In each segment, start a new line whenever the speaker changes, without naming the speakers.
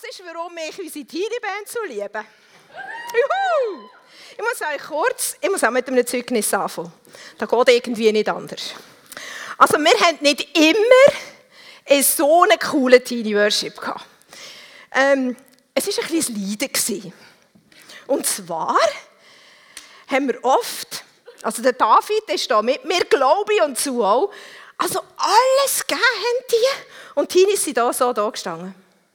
ist, warum ich unsere Teenie-Band so liebe. Juhu! Ich muss auch mit einem Zeugnis anfangen. Das geht irgendwie nicht anders. Also wir haben nicht immer so einen coolen Teenie-Worship gehabt. Es war ein kleines Leiden. Und zwar haben wir oft, also der David ist da mit mir, glaube ich, und zu auch, also alles gegeben haben die. Und die Teenies sind da gestanden.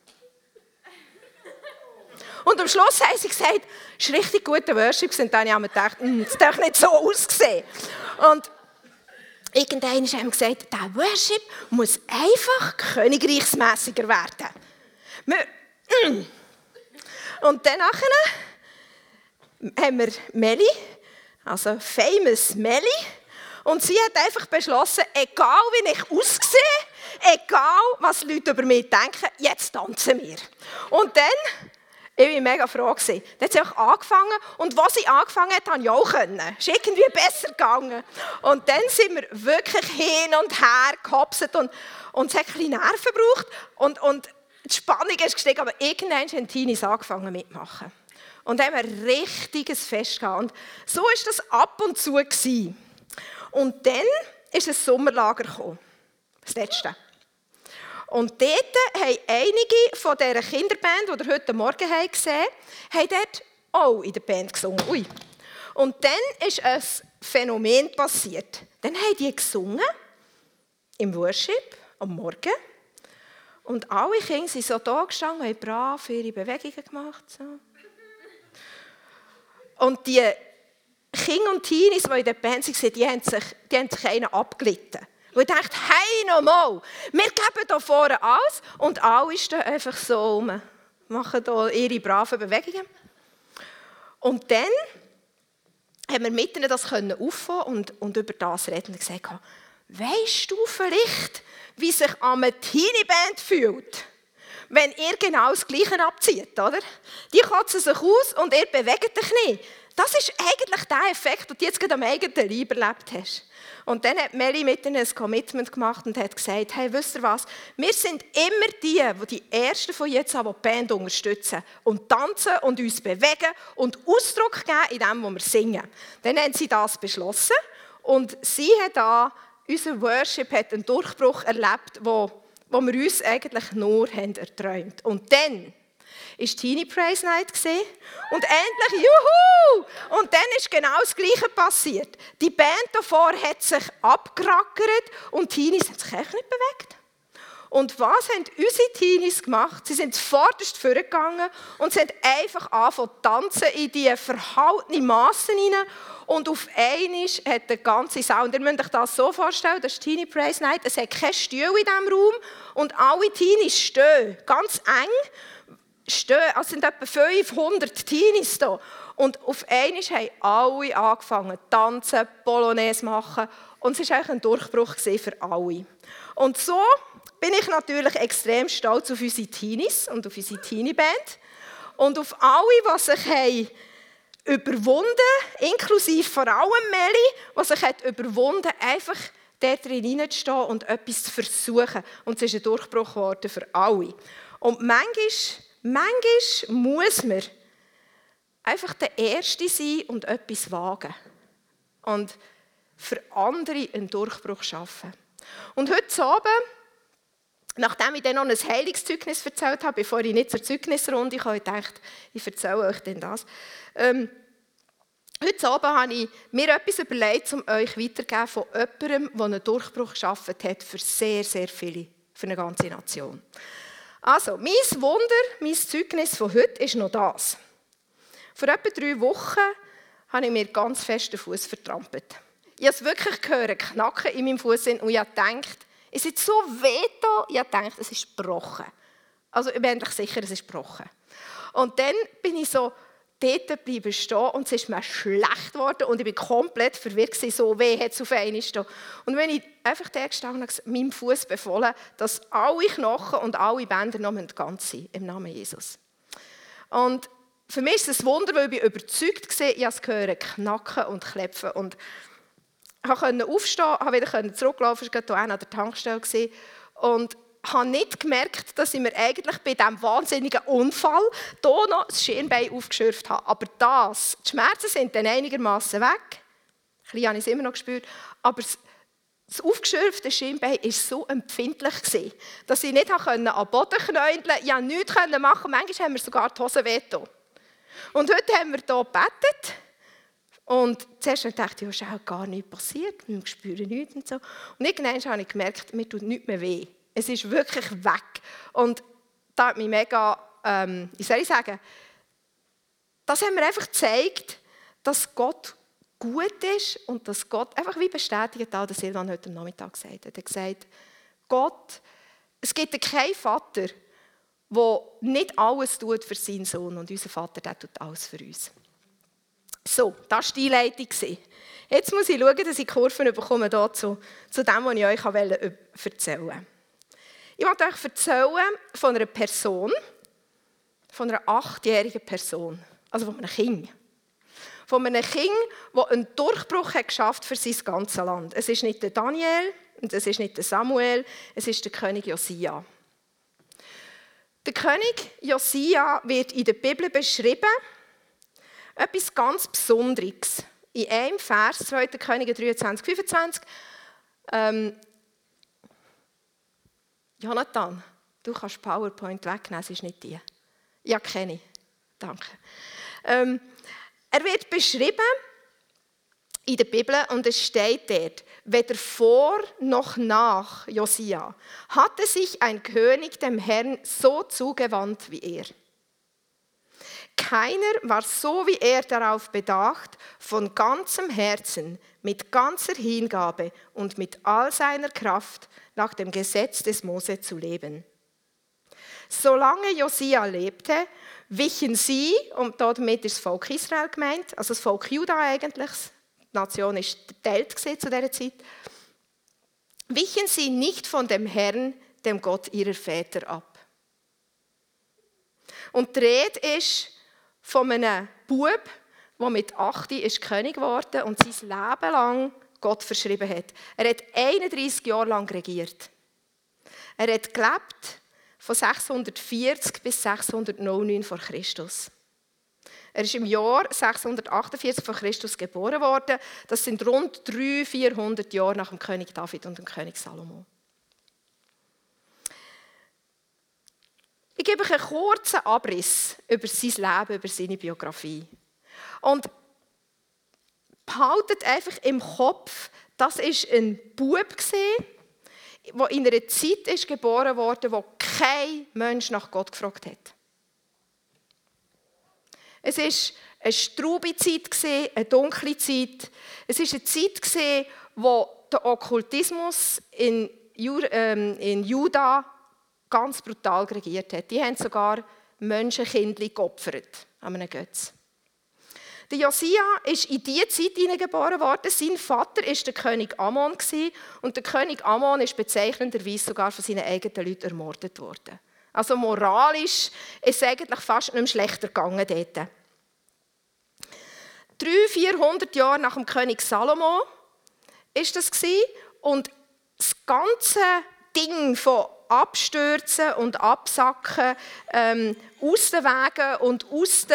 Und am Schluss haben sie gesagt, es war richtig guter Worship. Und dann habe ich mir gedacht, das darf nicht so aussehen. Und irgendwann haben wir gesagt, der Worship muss einfach königreichsmässiger werden. Und dann haben wir Meli, also famous Meli. Und sie hat einfach beschlossen, egal wie ich aussehe, egal was die Leute über mich denken, jetzt tanzen wir. Und dann, ich war mega froh. Dann hat sie auch angefangen. Und was sie angefangen hat, konnte ich auch können. Es ist irgendwie besser gegangen. Und dann sind wir wirklich hin und her gehopset und es hat ein bisschen Nerven gebraucht. Und die Spannung ist gestiegen, aber irgendwann haben die Teenies angefangen mitmachen. Und dann haben wir ein richtiges Fest gehabt. Und so war das ab und zu gewesen. Und dann ist ein Sommerlager gekommen. Das letzte. Und dort haben einige von dieser Kinderband, die ihr heute Morgen gesehen habt, haben dort auch in der Band gesungen. Ui. Und dann ist ein Phänomen passiert. Dann haben die gesungen, im Worship, am Morgen. Und alle Kinder sind so da gestanden und haben brav ihre Bewegungen gemacht. So. Und die Kinder und Teenies, die in der Band waren, die haben sich einen abgelitten. Und ich dachte, hey, nochmal, wir geben hier vorne alles und alle stehen einfach so rum, machen hier ihre braven Bewegungen. Und dann haben wir mit ihnen das auffangen und über das reden und gesagt, weisst du vielleicht, wie sich eine Teenie-Band fühlt, wenn ihr genau das Gleiche abzieht, oder? Die kotzen sich aus und ihr bewegt euch nicht. Das ist eigentlich der Effekt, den du jetzt gerade am eigenen Leib erlebt hast. Und dann hat Meli mit ihnen ein Commitment gemacht und hat gesagt, hey, wisst ihr was, wir sind immer die Ersten von jetzt an, die Band unterstützen und tanzen und uns bewegen und Ausdruck geben in dem, was wir singen. Dann haben sie das beschlossen und sie hat da, unser Worship hat einen Durchbruch erlebt, wo wir uns eigentlich nur haben erträumt. Und dann war Teenie Praise Night und endlich, juhu! Und dann ist genau das Gleiche passiert. Die Band davor hat sich abgerackert und die Teenies haben sich echt nicht bewegt. Und was haben unsere Teenies gemacht? Sie sind vorderst vorgegangen und sind einfach angefangen zu tanzen in diese verhaltenen Massen hinein. Und auf einmal hat der ganze Saal, und ihr müsst euch das so vorstellen, das ist Teenie Praise Night, es hat keine Stühle in diesem Raum und alle Teenies stehen, ganz eng, stehen, es sind etwa 500 Teenies da. Und auf einmal haben alle angefangen zu tanzen, Polonaise machen und es war eigentlich ein Durchbruch für alle. Und so bin ich natürlich extrem stolz auf unsere Teenies und auf unsere Teenie-Band und auf alle, die sich haben überwunden, inklusive vor allem Meli, die sich hat überwunden, einfach dort drin hineinzustehen und etwas zu versuchen. Und es ist ein Durchbruch geworden für alle. Und manchmal muss man einfach der Erste sein und etwas wagen. Und für andere einen Durchbruch schaffen. Und heute Abend, nachdem ich dann noch ein Heilungszeugnis erzählt habe, bevor ich nicht zur Zeugnisrunde kam, ich dachte, ich erzähle euch denn das. Heute Abend habe ich mir etwas überlegt, um euch weiterzugeben von jemandem, der einen Durchbruch geschaffen hat für sehr, sehr viele, für eine ganze Nation. Also, mein Wunder, mein Zeugnis von heute ist noch das. Vor etwa 3 Wochen habe ich mir ganz fest den Fuß vertrampelt. Ich habe es wirklich gehört, knacken in meinem Fuß und ich habe gedacht, es ist so weh da, ich habe gedacht, es ist gebrochen. Also ich bin eigentlich sicher, es ist gebrochen. Und dann bin ich so dort geblieben stehen und es ist mir schlecht geworden und ich bin komplett verwirrt gewesen, so weh hat es auf einmal stehen. Und wenn ich einfach da gestanden habe, meinem Fuß befohlen, dass alle Knochen und alle Bänder noch ganz sein im Namen Jesus. Und für mich ist es ein Wunder, weil ich überzeugt war, ich habe es gehört, knacken und klepfen. Und ich konnte aufstehen, konnte wieder zurücklaufen, ich war gerade an der Tankstelle. Und habe nicht gemerkt, dass ich mir eigentlich bei diesem wahnsinnigen Unfall hier noch das Schienbein aufgeschürft habe. Aber die Schmerzen sind dann einigermaßen weg. Ein bisschen habe ich es immer noch gespürt. Aber das aufgeschürfte Schienbein war so empfindlich, dass ich nicht an den Boden knäueln konnte. Ich konnte nichts machen. Manchmal haben wir sogar die Hose wehgetan. Und heute haben wir hier gebetet. Und zuerst dachte ich, es ist auch gar nichts passiert. Wir spüren nichts und so. Und irgendwann habe ich gemerkt, mir tut nichts mehr weh. Es ist wirklich weg. Und das hat mich mega, wie soll ich sagen, das hat mir einfach gezeigt, dass Gott gut ist und dass Gott einfach wie bestätigt, auch der Silvan heute am Nachmittag gesagt hat. Er hat gesagt, Gott, es gibt keinen Vater, der nicht alles tut für seinen Sohn. Und unser Vater, der tut alles für uns. So, das war die Einleitung. Jetzt muss ich schauen, dass ich Kurven bekomme zu dem, was ich euch erzählen wollte. Ich wollte euch erzählen von einer Person, von einer 8-jährigen Person, also von einem Kind. Von einem Kind, das einen Durchbruch geschafft für sein ganzes Land. Es ist nicht der Daniel und es ist nicht der Samuel, es ist der König Josia. Der König Josia wird in der Bibel beschrieben, etwas ganz Besonderes. In einem Vers, 2. Könige 23, 25, Jonathan, du kannst PowerPoint wegnehmen, es ist nicht die. Ja, kenne ich. Danke. Er wird beschrieben in der Bibel und es steht dort, weder vor noch nach Josia hatte sich ein König dem Herrn so zugewandt wie er. Keiner war so wie er darauf bedacht, von ganzem Herzen, mit ganzer Hingabe und mit all seiner Kraft nach dem Gesetz des Mose zu leben. Solange Josia lebte, wichen sie, und damit ist das Volk Israel gemeint, also das Volk Juda eigentlich, die Nation war geteilt zu dieser Zeit, wichen sie nicht von dem Herrn, dem Gott ihrer Väter ab. Und die Rede ist von einem Bub, der mit 8 ist König geworden und sein Leben lang Gott verschrieben hat. Er hat 31 Jahre lang regiert. Er hat gelebt von 640 bis 609 vor Christus. Er ist im Jahr 648 vor Christus geboren worden. Das sind rund 300-400 Jahre nach dem König David und dem König Salomo. Ich gebe euch einen kurzen Abriss über sein Leben, über seine Biografie. Und behaltet einfach im Kopf, das war ein Bub, der in einer Zeit ist geboren wurde, wo kein Mensch nach Gott gefragt hat. Es war eine straube Zeit, eine dunkle Zeit. Es war eine Zeit, in der der Okkultismus in Juda ganz brutal regiert hat. Die haben sogar Menschenkindchen geopfert an einem Götz. Der Josia ist in diese Zeit hineingeboren worden. Sein Vater war der König Amon und der König Amon ist bezeichnenderweise sogar von seinen eigenen Leuten ermordet worden. Also moralisch ist es eigentlich fast nicht mehr schlechter gegangen dort. 300-400 Jahre nach dem König Salomo war das und das ganze Ding von Abstürzen und Absacken aus den Wegen und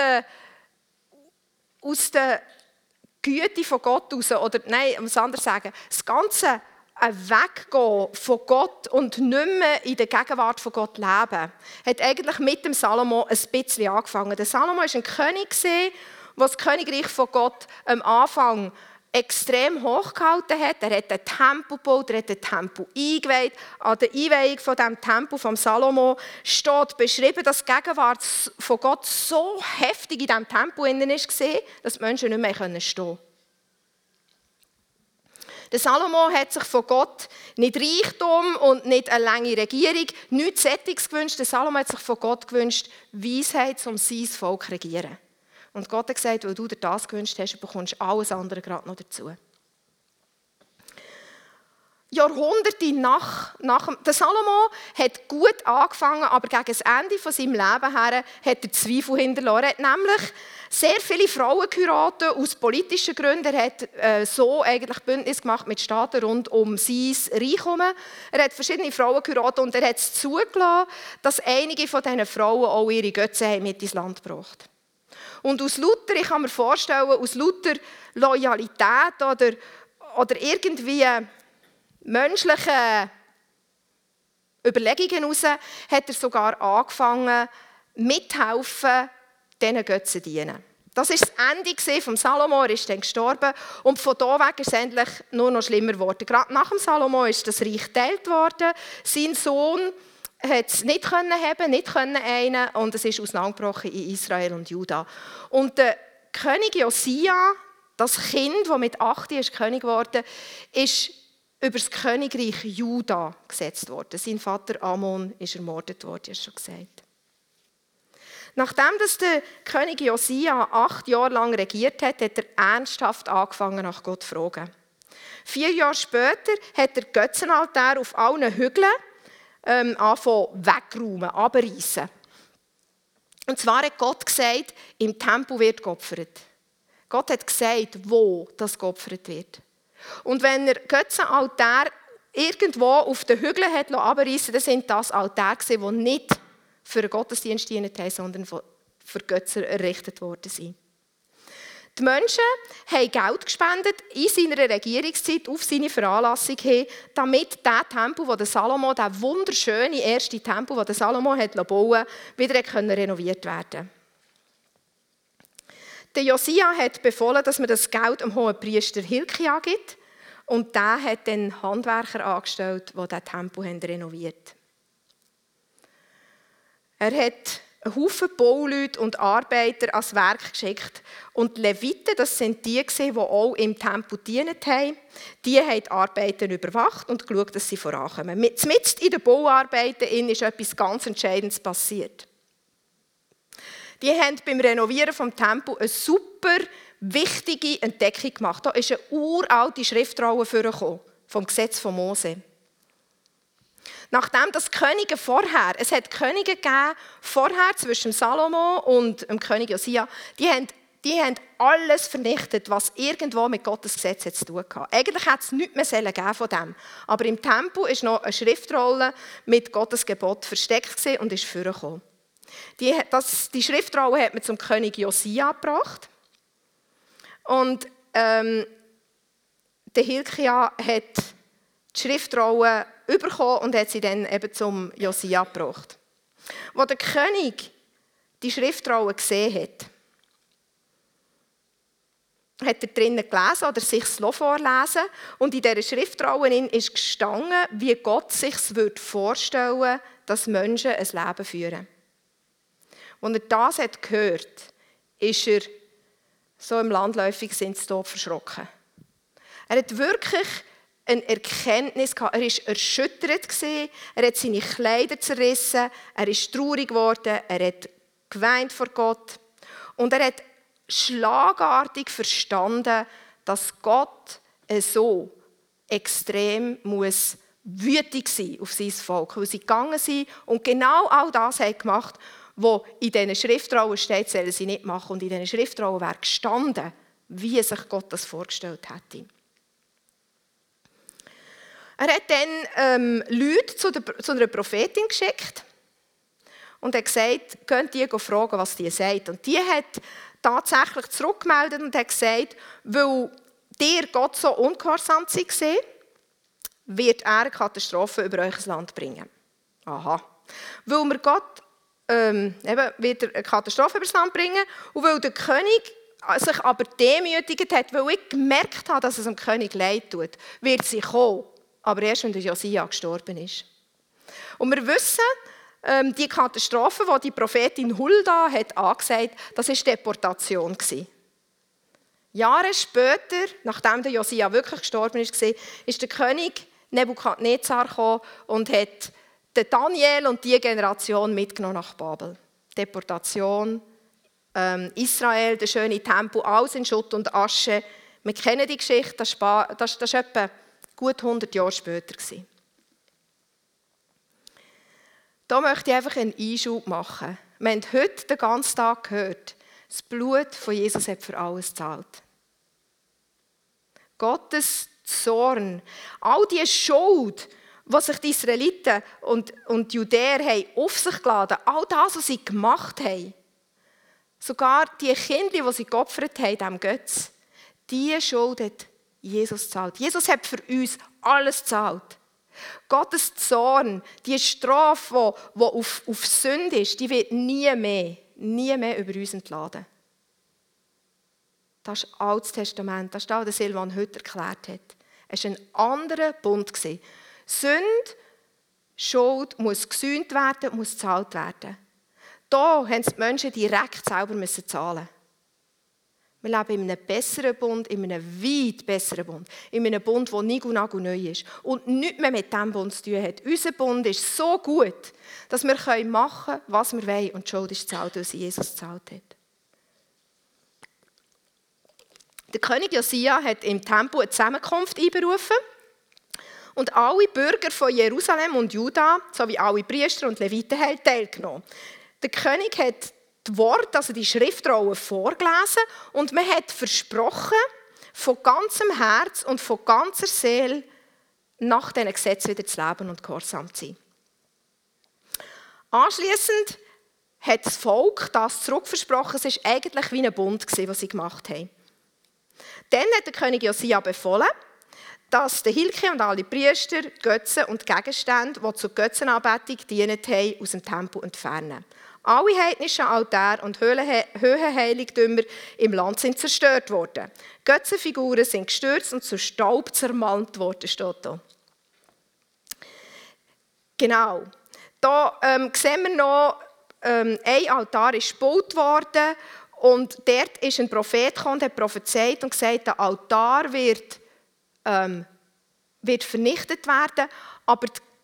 aus der Güte von Gott raus, oder nein, ich muss anders sagen, das ganze Weggehen von Gott und nicht mehr in der Gegenwart von Gott leben, hat eigentlich mit dem Salomo ein bisschen angefangen. Der Salomo war ein König, der das Königreich von Gott am Anfang extrem hochgehalten hat. Er hat einen Tempel gebaut, er hat den Tempel eingeweiht. An der Einweihung von diesem Tempel von Salomo steht beschrieben, dass die Gegenwart von Gott so heftig in diesem Tempel war, dass die Menschen nicht mehr stehen konnten. Der Salomo hat sich von Gott nicht Reichtum und nicht eine lange Regierung, nichts Sättiges gewünscht. Der Salomo hat sich von Gott gewünscht, Weisheit, um sein Volk zu regieren. Und Gott hat gesagt, weil du dir das gewünscht hast, bekommst du alles andere gerade noch dazu. Jahrhunderte der Salomo hat gut angefangen, aber gegen das Ende von seinem Leben her hat er Zweifel hinterlassen. Er hat nämlich sehr viele Frauen geheiratet, aus politischen Gründen. Er hat so eigentlich Bündnis gemacht mit Staaten rund um sein Reich herum. Er hat verschiedene Frauen geheiratet und er hat es zugelassen, dass einige von diesen Frauen auch ihre Götzen mit ins Land gebracht haben. Und aus lauter, ich kann mir vorstellen, aus lauter Loyalität oder irgendwie menschlichen Überlegungen heraus hat er sogar angefangen, mithelfen, diesen Götzen zu dienen. Das war das Ende von Salomo, er ist dann gestorben und von da weg ist es endlich nur noch schlimmer geworden. Gerade nach dem Salomo ist das Reich geteilt worden, sein Sohn konnte es nicht haben, nicht einen und es ist auseinandergebrochen in Israel und Juda. Und der König Josia, das Kind, das mit 8 ist König geworden, ist über das Königreich Juda gesetzt worden. Sein Vater Amon ist ermordet worden, hast du schon gesagt. Nachdem der König Josia 8 Jahre lang regiert hat, hat er ernsthaft angefangen, nach Gott zu fragen. 4 Jahre später hat er Götzenaltäre auf allen Hügeln angefangen wegräumen, abreißen. Und zwar hat Gott gesagt, im Tempel wird geopfert. Gott hat gesagt, wo das geopfert wird. Und wenn er Götzenaltäre irgendwo auf den Hügeln hat abreißen, dann sind das Altäre, die nicht für einen Gottesdienst gedient haben, sondern für Götzen errichtet worden sind. Die Menschen haben Geld gespendet in seiner Regierungszeit auf seine Veranlassung hin, damit der Tempel, den Salomo, der wunderschöne erste Tempel, den Salomo bauen wieder renoviert werden konnte. Der Josia hat befohlen, dass man das Geld dem Hohenpriester Hilkia gibt. Und der hat dann Handwerker angestellt, die diesen Tempel renoviert haben. Er hat einen Haufen Bauleute und Arbeiter ans Werk geschickt. Und die Leviten, das sind die, die auch im Tempel gedient haben, die haben die Arbeiter überwacht und geschaut, dass sie vorankommen. Mitten in den Bauarbeiten ist etwas ganz Entscheidendes passiert. Die haben beim Renovieren des Tempels eine super wichtige Entdeckung gemacht. Da ist eine uralte Schriftrolle vorgekommen, vom Gesetz von Mose. Nachdem das Könige vorher, es hat Könige gegeben, vorher zwischen Salomo und dem König Josia, die haben alles vernichtet, was irgendwo mit Gottes Gesetz zu tun hatte. Eigentlich hätte es nichts mehr geben von dem. Aber im Tempel war noch eine Schriftrolle mit Gottes Gebot versteckt und ist vorgekommen. Die Schriftrolle hat man zum König Josia gebracht. Und der Hilkia hat die Schriftrolle bekommen und hat sie dann eben zum Josia gebracht. Als der König die Schriftrolle gesehen hat er drinnen gelesen oder sich es vorlesen und in dieser Schriftrolle ist gestanden, wie Gott sich vorstellen würde, dass Menschen ein Leben führen. Als er das gehört hat, ist er so im landläufigen Sinn verschrocken. Er hat wirklich eine Erkenntnis gehabt. Er war erschüttert, er hat seine Kleider zerrissen, er ist traurig geworden, er hat geweint vor Gott. Und er hat schlagartig verstanden, dass Gott so extrem wütig sein muss auf sein Volk. Weil sie gegangen sind und genau all das haben gemacht, was in diesen Schriftrollen steht, sollen sie nicht machen. Und in diesen Schriftrollen wäre gestanden, wie sich Gott das vorgestellt hätte. Er hat dann Leute zu einer Prophetin geschickt und hat gesagt, könnt ihr fragen, was die sagt. Und die hat tatsächlich zurückgemeldet und hat gesagt, weil dir Gott so ungehorsam war, wird er eine Katastrophe über euch Land bringen. Aha. Weil wir Gott wird er eine Katastrophe über das Land bringen und weil der König sich aber demütigt hat, weil ich gemerkt habe, dass es dem König leid tut, wird sie kommen. Aber erst, wenn der Josia gestorben ist. Und wir wissen, die Katastrophe, die die Prophetin Hulda hat angesagt, das war Deportation. Jahre später, nachdem der Josia wirklich gestorben ist der König Nebukadnezar gekommen und hat den Daniel und die Generation mitgenommen nach Babel. Deportation, Israel, der schöne Tempel, alles in Schutt und Asche. Wir kennen die Geschichte, das ist etwa gut 100 Jahre später. Da möchte ich einfach einen Einschub machen. Wir haben heute den ganzen Tag gehört, das Blut von Jesus hat für alles gezahlt. Gottes Zorn, all die Schuld, was sich die Israeliten und Judäer haben auf sich geladen, all das, was sie gemacht haben, sogar die Kinder, die sie geopfert haben, dem Götz, diese Schuld hat Jesus gezahlt. Jesus hat für uns alles gezahlt. Gottes Zorn, die Strafe, die auf Sünde ist, die wird nie mehr über uns entladen. Das ist Altes Testament, das ist das, was Silvan heute erklärt hat. Es war ein anderer Bund. Sünde, Schuld muss gesühnt werden, muss gezahlt werden. Da haben die Menschen direkt selber zahlen. Wir leben in einem besseren Bund, in einem weit besseren Bund. In einem Bund, der neu ist. Und nichts mehr mit diesem Bund zu tun hat. Unser Bund ist so gut, dass wir machen können, was wir wollen. Und die Schuld ist gezahlt, weil sie Jesus gezahlt hat. Der König Josia hat im Tempel eine Zusammenkunft einberufen. Und alle Bürger von Jerusalem und Juda, sowie alle Priester und Leviten, haben teilgenommen. Der König hat die Worte, also die Schriftrollen, vorgelesen und man hat versprochen, von ganzem Herz und von ganzer Seele nach diesen Gesetzen wieder zu leben und gehorsam zu sein. Anschliessend hat das Volk das zurückversprochen. Es war eigentlich wie ein Bund, den sie gemacht haben. Dann hat der König Josia befohlen, dass der Hilke und alle Priester Götzen und Gegenstände, die zur Götzenanbetung dienen haben, aus dem Tempel entfernen. Alle heidnischen Altäre und Höhenheiligtümer im Land sind zerstört worden. Götzenfiguren sind gestürzt und zu Staub zermalmt worden, steht da. Genau. Da sehen wir noch, ein Altar ist gebaut worden und dort ist ein Prophet gekommen und hat prophezeit und gesagt, der Altar wird vernichtet werden, aber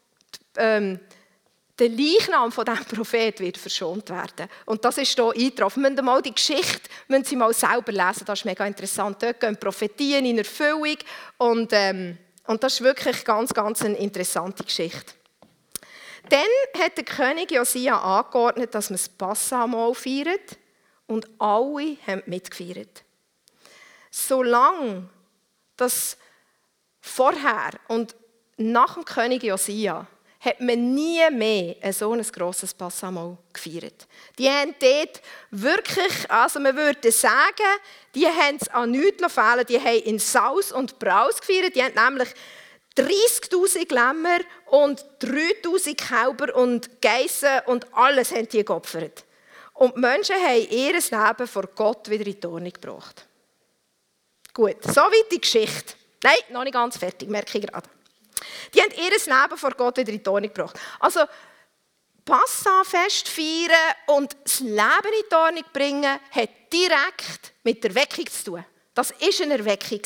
der Leichnam von diesem Prophet wird verschont werden. Und das ist hier eingetroffen. Wir müssen mal die Geschichte mal selber lesen, das ist mega interessant. Dort gehen Prophetien in Erfüllung und das ist wirklich ganz, ganz eine interessante Geschichte. Dann hat der König Josia angeordnet, dass man das Passamal feiert und alle haben mitgefeiert. Solange das vorher und nach dem König Josia hat man nie mehr so ein grosses Passamal gefeiert. Die haben dort wirklich, also man würde sagen, die haben es an nichts fehlen. Die haben in Saus und Braus gefeiert. Die haben nämlich 30'000 Lämmer und 3'000 Kälber und Geissen und alles haben die geopfert. Und die Menschen haben ihr Leben vor Gott wieder in die Ordnung gebracht. Gut, soweit die Geschichte. Nein, noch nicht ganz fertig, merke ich gerade. Die haben ihr Leben vor Gott wieder in die Ordnung gebracht. Also Passafest feiern und das Leben in die Ordnung bringen, hat direkt mit der Erweckung zu tun. Das war eine Erweckung.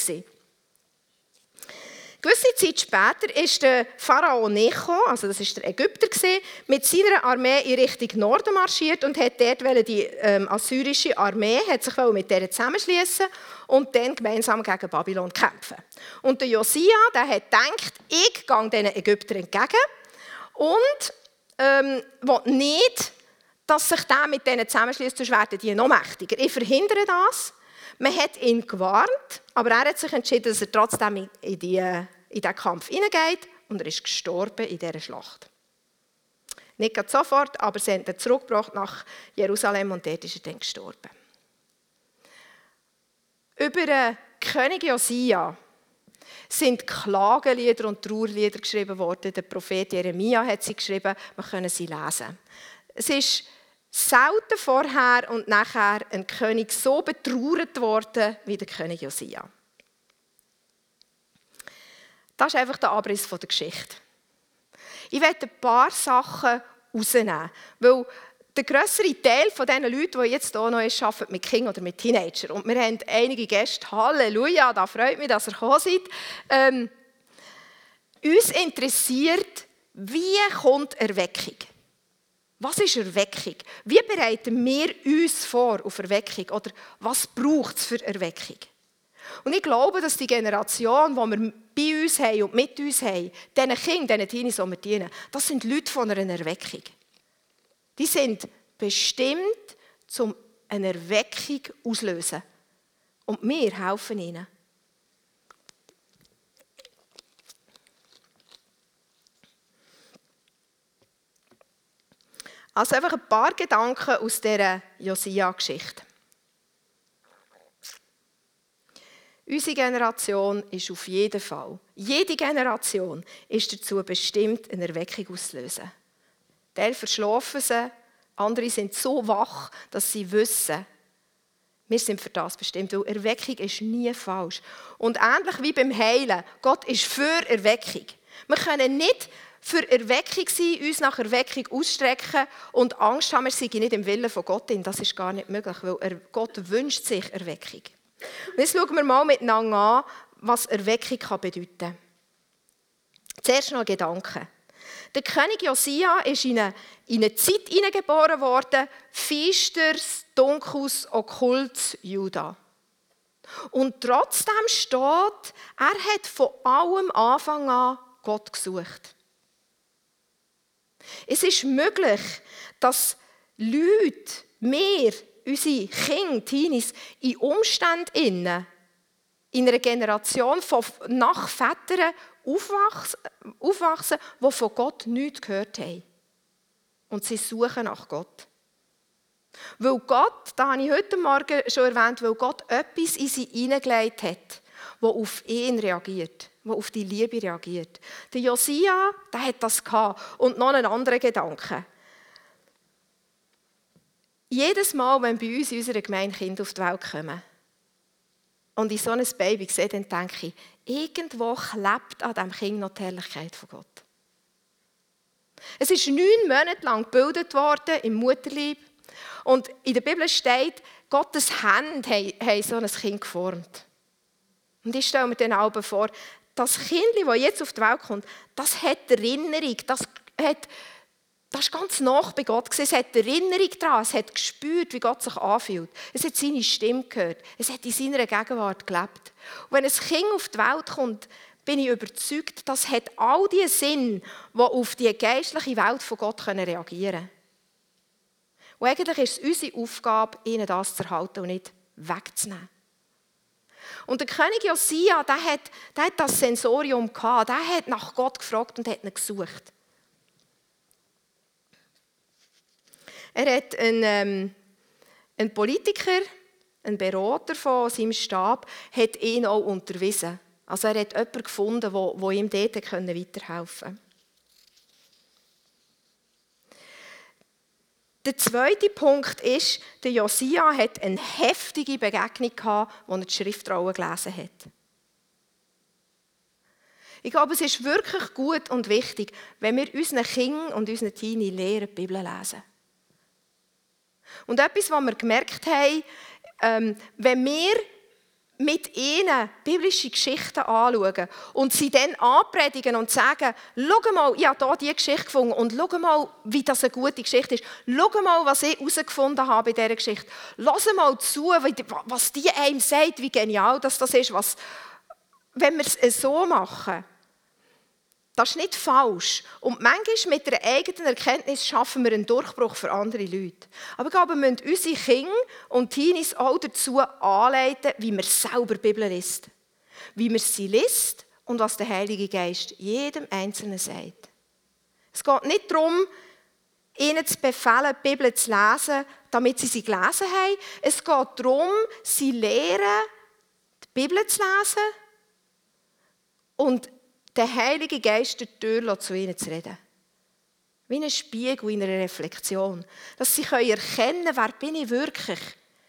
Gewisse Zeit später ist der Pharao Necho, also das war der Ägypter, mit seiner Armee in Richtung Norden marschiert und hat dort die assyrische Armee hat sich mit der zusammenschließen und dann gemeinsam gegen Babylon kämpfen. Und der Josia, der hat gedacht, ich gehe diesen Ägyptern entgegen und will nicht, dass sich der mit denen zusammenschließt, sonst werden die noch mächtiger. Ich verhindere das. Man hat ihn gewarnt, aber er hat sich entschieden, dass er trotzdem in diesen Kampf hineingeht und er ist gestorben in dieser Schlacht. Nicht sofort, aber sie haben ihn zurückgebracht nach Jerusalem und dort ist er dann gestorben. Über den König Josia sind Klagelieder und Trauerlieder geschrieben worden. Der Prophet Jeremia hat sie geschrieben, wir können sie lesen. Es ist selten vorher und nachher ein König so betrauert worden wie der König Josia. Das ist einfach der Abriss der Geschichte. Ich werde ein paar Sachen rausnehmen, weil der grössere Teil von diesen Leuten, die jetzt hier noch arbeiten mit Kindern oder mit Teenagern, und wir haben einige Gäste, Halleluja, da freut mich, dass ihr gekommen seid, uns interessiert, wie kommt Erweckung? Was ist Erweckung? Wie bereiten wir uns vor auf Erweckung? Oder was braucht es für Erweckung? Und ich glaube, dass die Generation, die wir bei uns haben und mit uns haben, diesen Kindern, diesen Teenies, die wir dienen, das sind Leute von einer Erweckung. Die sind bestimmt, um eine Erweckung auszulösen. Und wir helfen ihnen. Also einfach ein paar Gedanken aus dieser Josia-Geschichte. Unsere Generation ist auf jeden Fall, jede Generation ist dazu bestimmt, eine Erweckung auszulösen. Teil verschlafen sie, andere sind so wach, dass sie wissen, wir sind für das bestimmt, weil Erweckung ist nie falsch. Und ähnlich wie beim Heilen, Gott ist für Erweckung. Wir können nicht für Erweckung sein, uns nach Erweckung ausstrecken und Angst haben, wir seien nicht im Willen von Gott. Das ist gar nicht möglich, weil Gott wünscht sich Erweckung. Und jetzt schauen wir mal miteinander an, was Erweckung bedeuten kann. Zuerst noch ein Gedanke. Der König Josia ist in eine Zeit hineingeboren worden, finsteres, dunkles, okkultes Juda. Und trotzdem steht, er hat von allem Anfang an Gott gesucht. Es ist möglich, dass Leute, wir, unsere Kinder, Teenies, in Umständen in einer Generation von Nachvätern aufwachsen, die von Gott nichts gehört haben. Und sie suchen nach Gott. Weil Gott, das habe ich heute Morgen schon erwähnt, weil Gott etwas in sie hineingelegt hat, das auf ihn reagiert, das auf die Liebe reagiert. Der Josia, der hat das gehabt. Und noch einen anderen Gedanke. Jedes Mal, wenn bei uns in unserer Gemeinde Kinder auf die Welt kommen und ich so ein Baby sehe, dann denke ich, irgendwo klebt an diesem Kind noch die Herrlichkeit von Gott. Es ist 9 Monate lang gebildet worden im Mutterleib. Und in der Bibel steht, Gottes Hände haben so ein Kind geformt. Und ich stelle mir dann auch vor, das Kind, das jetzt auf die Welt kommt, das hat Erinnerung, das ist ganz nah bei Gott. Es hat Erinnerung daran, es hat gespürt, wie Gott sich anfühlt. Es hat seine Stimme gehört, es hat in seiner Gegenwart gelebt. Und wenn ein Kind auf die Welt kommt, bin ich überzeugt, das hat all die Sinn, die auf die geistliche Welt von Gott reagieren können. Und eigentlich ist es unsere Aufgabe, ihnen das zu erhalten und nicht wegzunehmen. Und der König Josia, der hat das Sensorium gehabt, der hat nach Gott gefragt und hat ihn gesucht. Er hat einen Politiker, einen Berater von seinem Stab, hat ihn auch unterwiesen. Also er hat jemanden gefunden, der ihm dort weiterhelfen konnte. Der zweite Punkt ist, der Josia hat eine heftige Begegnung gehabt, als er die Schriftrollen gelesen hat. Ich glaube, es ist wirklich gut und wichtig, wenn wir unseren Kindern und unseren Teenies lehren, die Bibel lesen. Und etwas, was wir gemerkt haben, wenn wir mit ihnen biblische Geschichten anschauen und sie dann anpredigen und sagen, schau mal, ich habe hier diese Geschichte gefunden und schau mal, wie das eine gute Geschichte ist. Schau mal, was ich herausgefunden habe in dieser Geschichte. Lass mal zu, was die einem sagt, wie genial das ist, wenn wir es so machen. Das ist nicht falsch. Und manchmal mit der eigenen Erkenntnis schaffen wir einen Durchbruch für andere Leute. Aber ich glaube, wir müssen unsere Kinder und Teenies auch dazu anleiten, wie man selber die Bibel liest. Wie man sie liest und was der Heilige Geist jedem Einzelnen sagt. Es geht nicht darum, ihnen zu befehlen, die Bibel zu lesen, damit sie gelesen haben. Es geht darum, sie lehren, die Bibel zu lesen und den Heiligen Geist der Tür zu ihnen zu reden. Wie ein Spiegel in einer Reflexion. Dass sie erkennen können, wer bin ich wirklich.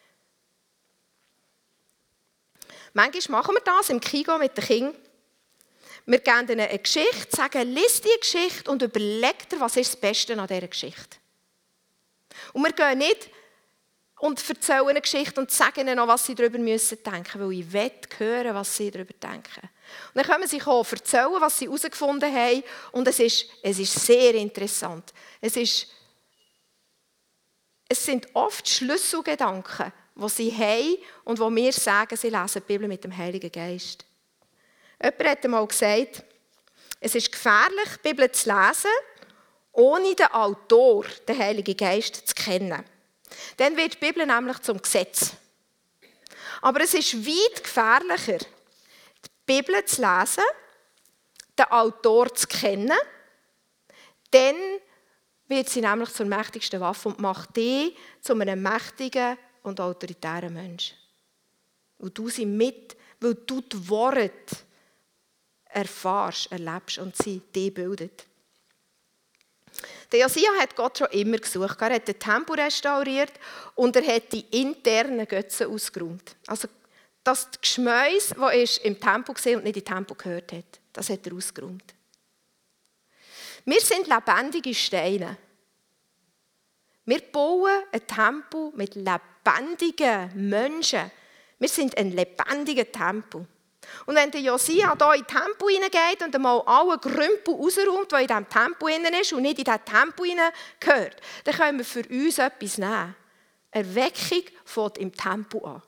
Manchmal machen wir das im Kigo mit den Kindern. Wir geben ihnen eine Geschichte, sagen, lies diese Geschichte und überleg dir, was ist das Beste an dieser Geschichte. Und wir gehen nicht und erzählen eine Geschichte und sagen ihnen noch, was sie darüber denken müssen, weil ich will hören, was sie darüber denken. Und dann können sie erzählen, was sie herausgefunden haben. Und es ist sehr interessant. Es sind oft Schlüsselgedanken, die sie haben und wo wir sagen, sie lesen die Bibel mit dem Heiligen Geist. Jemand hat einmal gesagt, es ist gefährlich, die Bibel zu lesen, ohne den Autor, den Heiligen Geist, zu kennen. Dann wird die Bibel nämlich zum Gesetz. Aber es ist weit gefährlicher, die Bibel zu lesen, den Autor zu kennen, dann wird sie nämlich zur mächtigsten Waffe und macht dich zu einem mächtigen und autoritären Menschen. Und du sie mit, weil du die Worte erfährst, erlebst und sie dich bildet. Der Josia hat Gott schon immer gesucht. Er hat den Tempel restauriert und er hat die internen Götzen ausgeräumt. Also das Geschmäus, das im Tempel war und nicht in den Tempel gehört hat, das hat er ausgeräumt. Wir sind lebendige Steine. Wir bauen einen Tempel mit lebendigen Menschen. Wir sind ein lebendiger Tempel. Und wenn der Josia hier in den Tempel hineingeht und einmal alle Grümpel rausräumt, der in diesem Tempel drin ist und nicht in diesen Tempel hineingehört, dann können wir für uns etwas nehmen. Erweckung fängt im Tempel an.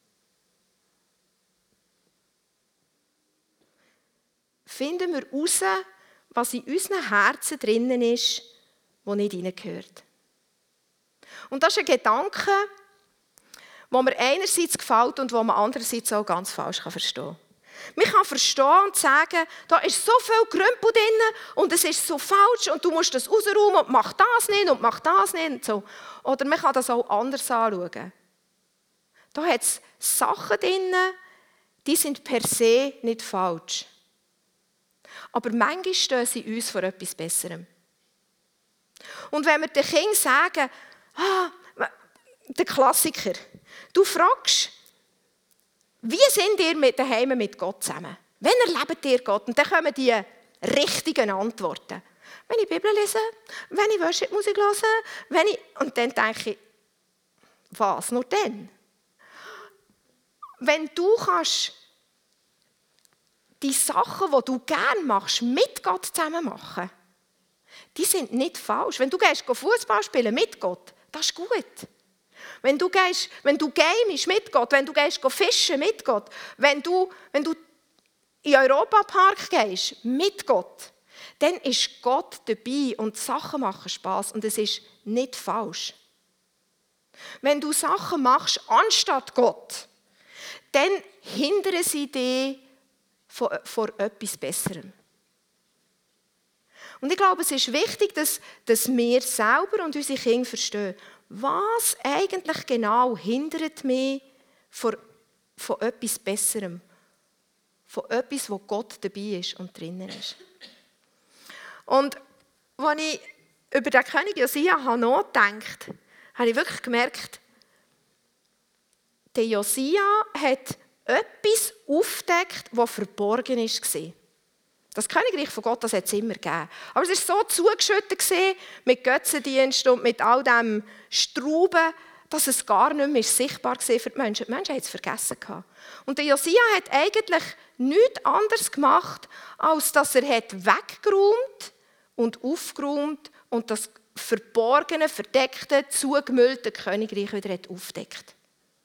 Finden wir heraus, was in unseren Herzen drinnen ist, das nicht hineingehört. Und das ist ein Gedanke, wo mir einerseits gefällt und wo man andererseits auch ganz falsch verstehen kann. Man kann verstehen und sagen, da ist so viel Grümpel drin und es ist so falsch und du musst das rausräumen und mach das nicht und mach das nicht. Und so. Oder man kann das auch anders anschauen. Da hat es Sachen drin, die sind per se nicht falsch. Aber manchmal stehen sie uns vor etwas Besserem. Und wenn wir den Kindern sagen, der Klassiker, du fragst, wie sind ihr daheim mit Gott zusammen? Wann erlebt ihr Gott? Und dann kommen die richtigen Antworten. Wenn ich die Bibel lese, wenn ich Worship-Musik höre, und dann denke ich, was, nur dann? Wenn du kannst die Sachen, die du gerne machst, mit Gott zusammen machen, die sind nicht falsch. Wenn du Fußball spielen mit Gott, das ist gut. Wenn du gamest mit Gott, wenn du fischen mit Gott, wenn du in den Europapark gehst mit Gott, dann ist Gott dabei und die Sachen machen Spass und es ist nicht falsch. Wenn du Sachen machst anstatt Gott, dann hindern sie dich vor etwas Besserem. Und ich glaube, es ist wichtig, dass wir selber und unsere Kinder verstehen, was eigentlich genau hindert mich von etwas Besserem, von etwas, wo Gott dabei ist und drinnen ist. Und als ich über den König Josia nachgedacht habe ich wirklich gemerkt, der Josia hat etwas aufgedeckt, das verborgen war. Das Königreich von Gott, das hat es immer gegeben. Aber es war so zugeschüttet mit Götzendienst und mit all dem Strauben, dass es gar nicht mehr sichtbar war für die Menschen. Die Menschen haben es vergessen. Und der Josia hat eigentlich nichts anderes gemacht, als dass er weggeräumt und aufgeräumt und das verborgene, verdeckte, zugemüllte Königreich wieder aufgedeckt.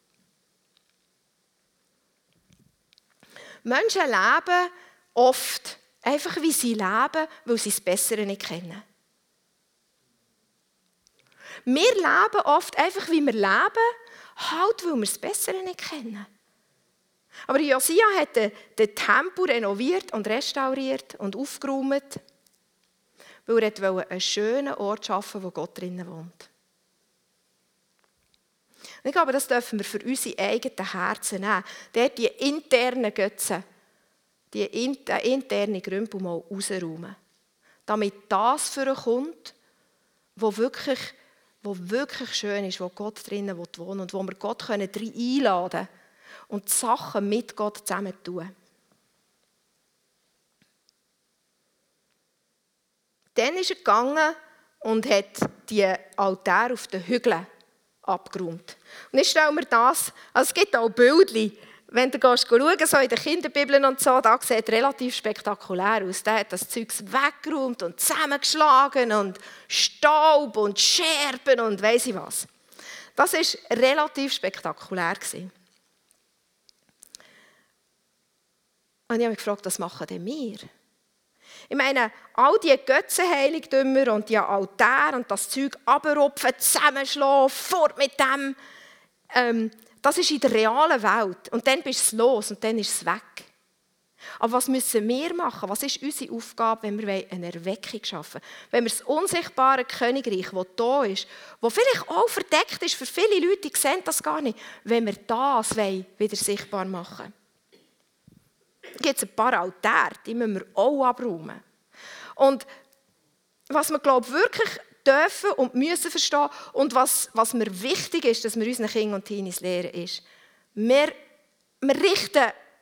Menschen leben oft einfach, wie sie leben, weil sie das Bessere nicht kennen. Wir leben oft einfach, wie wir leben, halt, weil wir das Bessere nicht kennen. Aber Josia hat den Tempel renoviert und restauriert und aufgeräumt, weil er einen schönen Ort schaffen wollte, wo Gott drinnen wohnt. Und ich glaube, das dürfen wir für unsere eigenen Herzen nehmen. Dort die internen Götzen, die interne Grümpel mal rausräumen. Damit das vorkommt, wo wirklich schön ist, wo Gott drinnen wohnt und wo wir Gott einladen können und die Sachen mit Gott zusammen tun. Dann ist er gegangen und hat die Altäre auf den Hügeln abgeräumt. Und ich stelle mir das, also es gibt auch Bildchen, wenn du schauen, so in den Kinderbibeln und so, da sieht relativ spektakulär aus. Der hat das Zeug weggeräumt und zusammengeschlagen und Staub und Scherben und weiss ich was. Das war relativ spektakulär. Und ich habe mich gefragt, was machen denn wir? Ich meine, all die Götzenheiligtümer und die Altäre und das Zeug runterrupfen, zusammenschlagen, fort mit dem. Das ist in der realen Welt. Und dann bist du los und dann ist es weg. Aber was müssen wir machen? Was ist unsere Aufgabe, wenn wir eine Erweckung schaffen wollen? Wenn wir das unsichtbare Königreich, das da ist, das vielleicht auch verdeckt ist für viele Leute, die sehen das gar nicht, wenn wir das wieder sichtbar machen wollen. Es gibt ein paar Altäre, die müssen wir auch abräumen. Und was wir, glaube ich, wirklich dürfen und müssen verstehen und was mir wichtig ist, dass wir unseren Kindern und Teenies lehren, ist, wir richten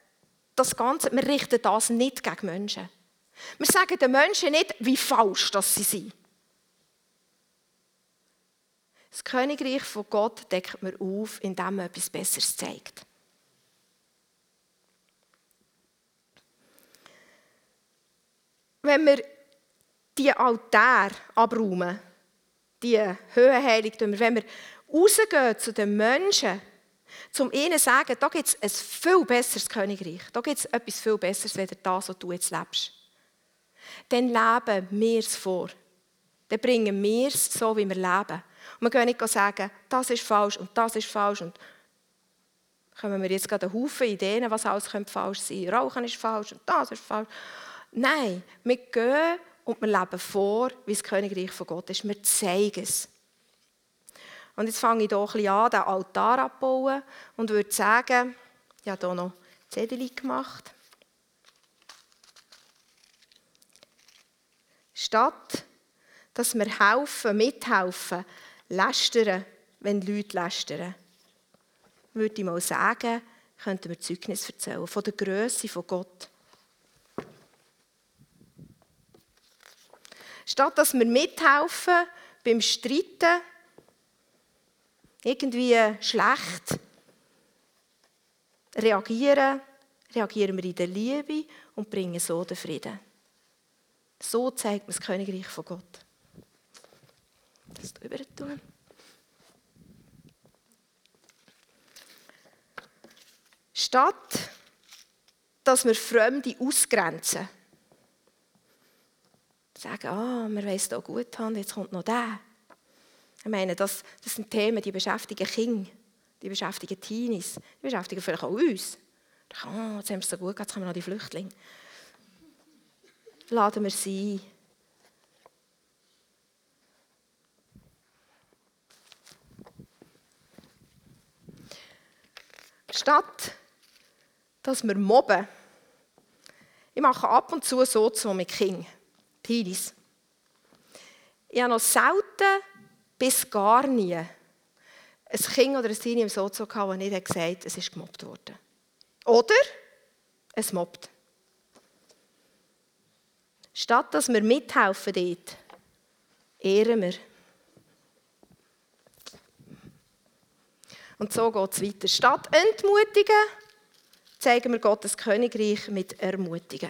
das nicht gegen Menschen. Wir sagen den Menschen nicht, wie falsch das sie sind. Das Königreich von Gott deckt man auf, indem man etwas Besseres zeigt. Wenn wir die Altäre abräumen, die Höhenheiligtümer, wenn wir rausgehen zu den Menschen, um ihnen zu sagen, da gibt es ein viel besseres Königreich, da gibt es etwas viel Besseres, als das, was du jetzt lebst, dann leben wir es vor. Dann bringen wir es so, wie wir leben. Und wir können nicht sagen, das ist falsch und das ist falsch. Und kommen wir jetzt gerade einen Haufen Ideen, was alles falsch sein könnte. Rauchen ist falsch und das ist falsch. Nein, wir gehen und wir leben vor, wie das Königreich von Gott ist. Wir zeigen es. Und jetzt fange ich hier ein bisschen an, den Altar abzubauen und würde sagen, ich habe hier noch Zettel gemacht. Statt, dass wir mithelfen, lästern, wenn Leute lästern, würde ich mal sagen, könnten wir Zeugnis erzählen von der Grösse von Gott. Statt dass wir mithelfen beim Streiten, irgendwie schlecht reagieren wir in der Liebe und bringen so den Frieden. So zeigt man das Königreich von Gott. Das drüber tun. Statt dass wir Fremde ausgrenzen, sagen, wir wollen es hier gut haben, jetzt kommt noch der. Ich meine, das sind Themen, die beschäftigen Kinder, die beschäftigen Teenies, die beschäftigen vielleicht auch uns. Jetzt haben wir es so gut, jetzt haben wir noch die Flüchtlinge. Laden wir sie ein. Statt dass wir mobben, ich mache ab und zu so mit Kindern, Teenies. Ich habe noch selten bis gar nie ein Kind oder ein Teenie im Sozo gehabt, das nicht gesagt hat, es ist gemobbt worden. Oder es mobbt. Statt dass wir mithelfen dort, ehren wir. Und so geht es weiter. Statt entmutigen, zeigen wir Gottes Königreich mit Ermutigen.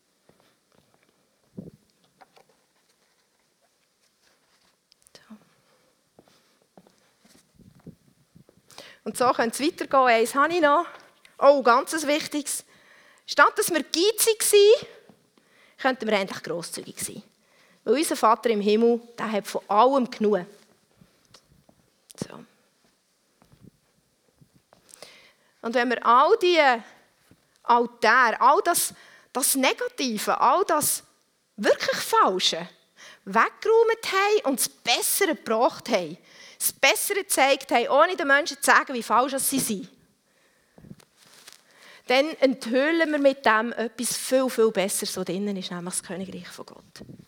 Und so könnte es weitergehen. Eins habe ich noch. Oh, ganz wichtiges. Statt dass wir geizig sind, könnten wir endlich grosszügig sein. Weil unser Vater im Himmel, der hat von allem genug. So. Und wenn wir all diese Altäre, all das Negative, all das wirklich Falsche weggeräumt haben und das Bessere gebracht haben, das Bessere gezeigt haben, ohne den Menschen zu sagen, wie falsch sie sind, dann enthüllen wir mit dem etwas viel, viel Besseres, was drinnen ist, nämlich das Königreich von Gott.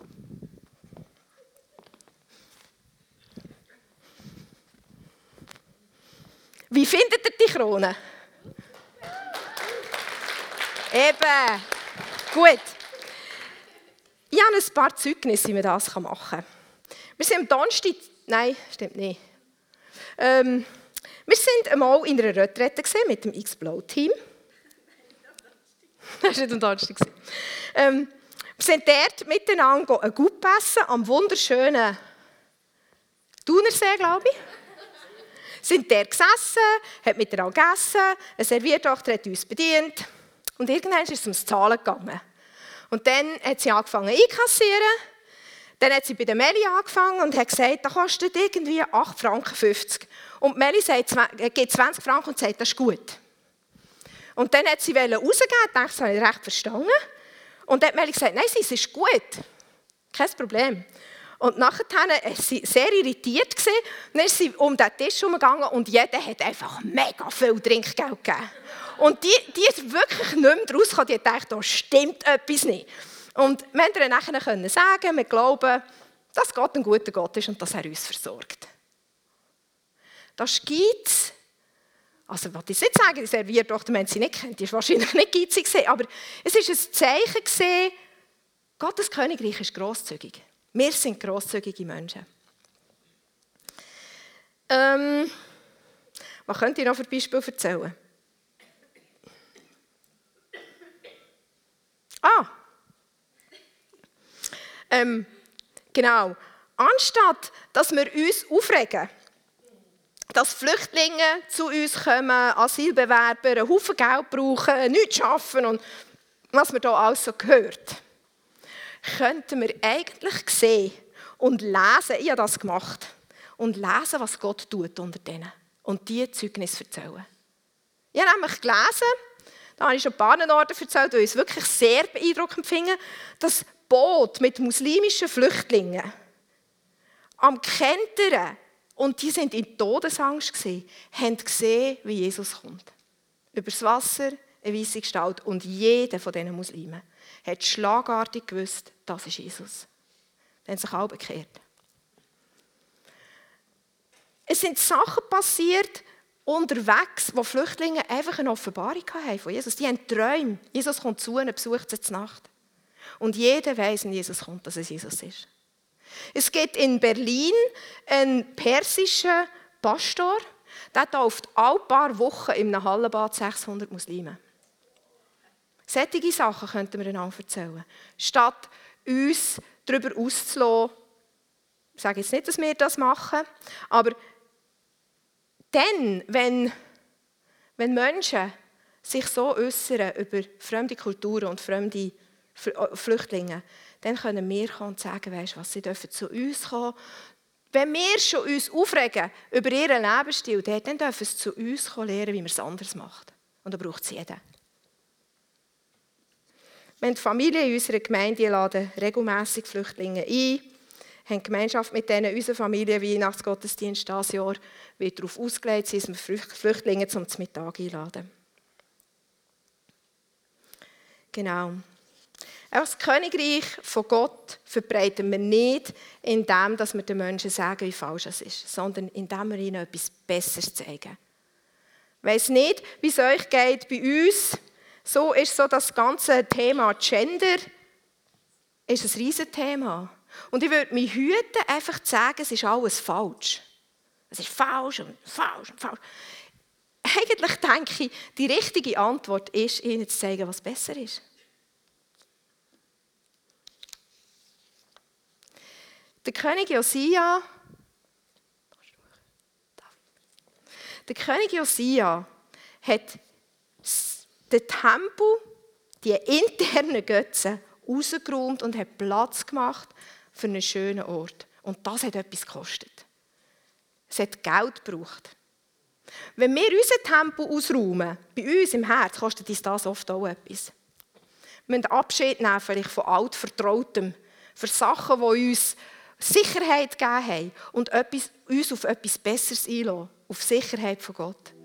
Wie findet ihr die Krone? Eben. Gut. Ich habe ein paar Zeugnisse, wie man das machen kann. Wir sind am Donnerstag... Nein, stimmt nicht. Wir waren einmal in einer Retrette mit dem X-Blow-Team. Das war nicht am Donnerstag. Wir sind dort miteinander ein Gut essen am wunderschönen Thunersee, glaube ich. sind der gesessen, hat mit ihr gegessen, eine Serviertochter hat uns bedient und irgendwann ist es ums Zahlen gegangen. Und dann hat sie angefangen einkassieren, dann hat sie bei der Meli angefangen und hat gesagt, das kostet irgendwie 8,50 Franken. Und Meli gibt 20 Franken und sagt, das ist gut. Und dann hat sie rausgeben, ich dachte, das habe ich recht verstanden. Und dann hat Meli gesagt, nein, es ist gut, kein Problem. Und nachher war sie sehr irritiert. Und dann ist sie um den Tisch herumgegangen und jeder hat einfach mega viel Trinkgeld gegeben. Und die ist wirklich nicht mehr rausgekommen. Die hat gedacht, da stimmt etwas nicht. Und wir konnten ihr nachher sagen, wir glauben, dass Gott ein guter Gott ist und dass er uns versorgt. Das gibt es. Also, was ich jetzt sage, die Serviertochter, wenn sie nicht kennt, die ist wahrscheinlich nicht geizig gewesen, aber es war ein Zeichen gewesen, Gottes Königreich ist grosszügig. Wir sind grosszügige Menschen. Was könnt ihr noch für Beispiele erzählen? Genau. Anstatt, dass wir uns aufregen, dass Flüchtlinge zu uns kommen, Asylbewerber, einen Haufen Geld brauchen, nichts arbeiten und was man hier alles so hört, könnten wir eigentlich sehen und lesen, ich habe das gemacht, und lesen, was Gott tut unter denen und diese Zeugnisse erzählen. Ich habe nämlich gelesen, da habe ich schon ein paar Orte erzählt, weil ich es wirklich sehr beeindruckend finde, das Boot mit muslimischen Flüchtlingen am Kentern, und die waren in Todesangst, haben gesehen, wie Jesus kommt. Über das Wasser, eine weisse Gestalt. Und jeder von diesen Muslimen hat schlagartig gewusst, das ist Jesus. Dann haben sich alle bekehrt. Es sind Sachen passiert unterwegs, wo Flüchtlinge einfach eine Offenbarung haben von Jesus. Die haben Träume. Jesus kommt zu ihnen, besucht sie zur Nacht. Und jeder weiss, wenn Jesus kommt, dass es Jesus ist. Es gibt in Berlin einen persischen Pastor, der tauft alle paar Wochen in einem Hallenbad 600 Muslime. Solche Sachen könnten wir einander erzählen. Statt uns darüber auszulassen, ich sage jetzt nicht, dass wir das machen, aber dann, wenn Menschen sich so äußern über fremde Kulturen und fremde Flüchtlinge, dann können wir kommen und sagen, weißt, was, sie dürfen zu uns kommen. Wenn wir schon uns aufregen über ihren Lebensstil, dann dürfen sie zu uns kommen, lernen, wie man es anders macht. Und da braucht es jeden. Wir haben Familien in unserer Gemeinde, laden regelmässig Flüchtlinge ein, haben Gemeinschaft mit denen. Unsere Familie, Weihnachtsgottesdienst dieses Jahr, wird darauf ausgelegt, dass wir Flüchtlinge zum Mittag einladen. Genau. Auch das Königreich von Gott verbreiten wir nicht, indem wir den Menschen sagen, wie falsch es ist, sondern indem wir ihnen etwas Besseres zeigen. Ich weiss nicht, wie es euch geht bei uns. So ist so das ganze Thema Gender ist ein Riesenthema. Und ich würde mich hüten, einfach zu sagen, es ist alles falsch. Es ist falsch und falsch und falsch. Eigentlich denke ich, die richtige Antwort ist, ihnen zu zeigen, was besser ist. Der König Josia hat den Tempel, die internen Götzen, rausgeräumt und hat Platz gemacht für einen schönen Ort. Und das hat etwas gekostet. Es hat Geld gebraucht. Wenn wir unseren Tempel ausräumen, bei uns im Herz, kostet uns das oft auch etwas. Wir müssen Abschied nehmen vielleicht von Altvertrautem, für Sachen, die uns Sicherheit gegeben haben und uns auf etwas Besseres einlassen, auf die Sicherheit von Gott.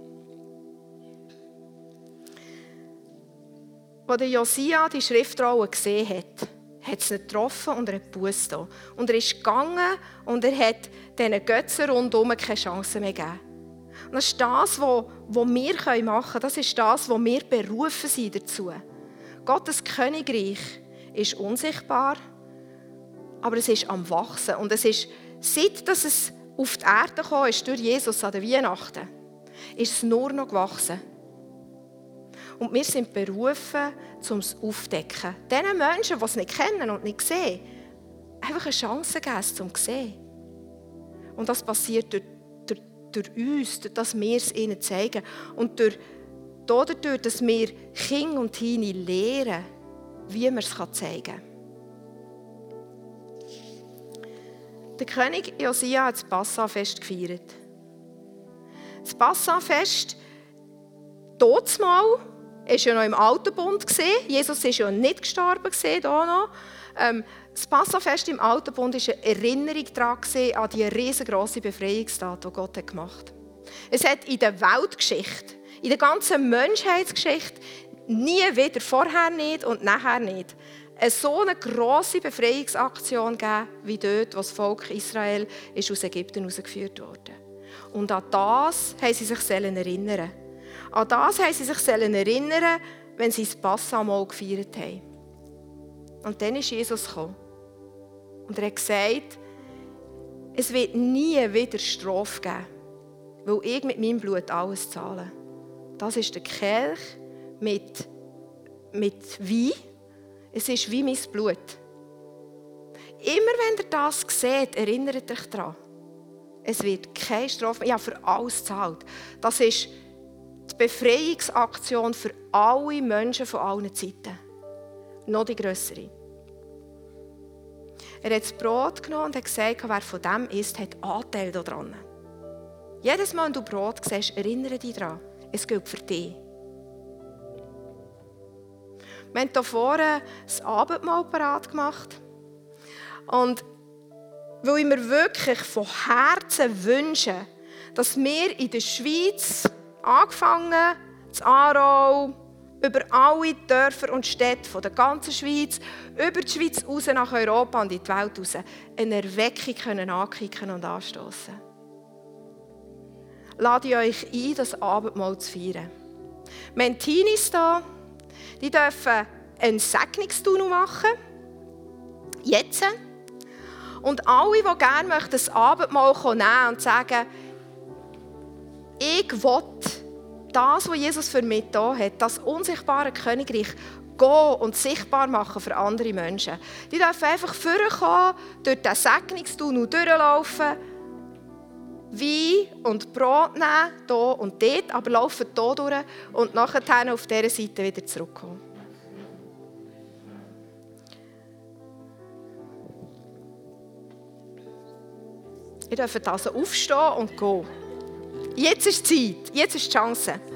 Als Josia die Schriftrolle gesehen hat, hat es ihn getroffen und er hat Buße getan. Und er ist gegangen und er hat diesen Götzen rundherum keine Chance mehr gegeben. Und das ist das, was wir machen können. Das ist das, was wir berufen sind dazu. Gottes Königreich ist unsichtbar, aber es ist am Wachsen. Und es ist, seit dass es auf die Erde gekommen ist, durch Jesus an der Weihnachten, ist es nur noch gewachsen. Und wir sind berufen, um es aufzudecken. Den Menschen, die es nicht kennen und nicht sehen, einfach eine Chance geben, um es zu sehen. Und das passiert durch durch uns, durch dass wir es ihnen zeigen. Und dadurch, dass wir Kinder und Teenie lehren, wie man es zeigen kann. Der König Josia hat das Passafest gefeiert. Das Passafest, damals, war ja noch im Alten Bund. Jesus ist ja nicht gestorben, hier noch. Das Passafest im Alten Bund war eine Erinnerung daran an die riesengroße Befreiungstat, die Gott gemacht hat. Es hat in der Weltgeschichte, in der ganzen Menschheitsgeschichte, nie wieder, vorher nicht und nachher nicht, so eine grosse Befreiungsaktion gegeben, wie dort, wo das Volk Israel ist aus Ägypten herausgeführt wurde. Und an das haben sie sich erinnern. An das haben sie sich erinnern, wenn sie das Passamal gefeiert haben. Und dann ist Jesus gekommen. Und er hat gesagt, es wird nie wieder Strafe geben, weil ich mit meinem Blut alles zahle. Das ist der Kelch mit Wein. Es ist wie mein Blut. Immer wenn ihr das seht, erinnert euch daran. Es wird keine Strafe mehr. Ich habe für alles gezahlt. Das ist die Befreiungsaktion für alle Menschen von allen Zeiten. Noch die grössere. Er hat das Brot genommen und hat gesagt, wer von dem isst, hat Anteil daran. Jedes Mal, wenn du Brot siehst, erinnere dich daran. Es gilt für dich. Wir haben hier vorne das Abendmahl parat gemacht. Und weil ich mir wirklich von Herzen wünsche, dass wir in der Schweiz, angefangen in Aarau, über alle Dörfer und Städte von der ganzen Schweiz, über die Schweiz raus nach Europa und in die Welt raus, eine Erweckung ankicken und anstoßen. Lade ich euch ein, das Abendmahl zu feiern. Wir haben Teenies hier, die dürfen einen Segnungstunnel machen. Jetzt. Und alle, die gerne das Abendmahl nehmen und sagen, ich will das, was Jesus für mich da hat, das unsichtbare Königreich, gehen und sichtbar machen für andere Menschen. Die dürfen einfach vorkommen, durch den Segnungstunnel durchlaufen, Wein und Brot nehmen, hier und dort, aber laufen hier durch und nachher auf dieser Seite wieder zurückkommen. Ihr dürft also aufstehen und gehen. Jetzt ist die Zeit, jetzt ist die Chance.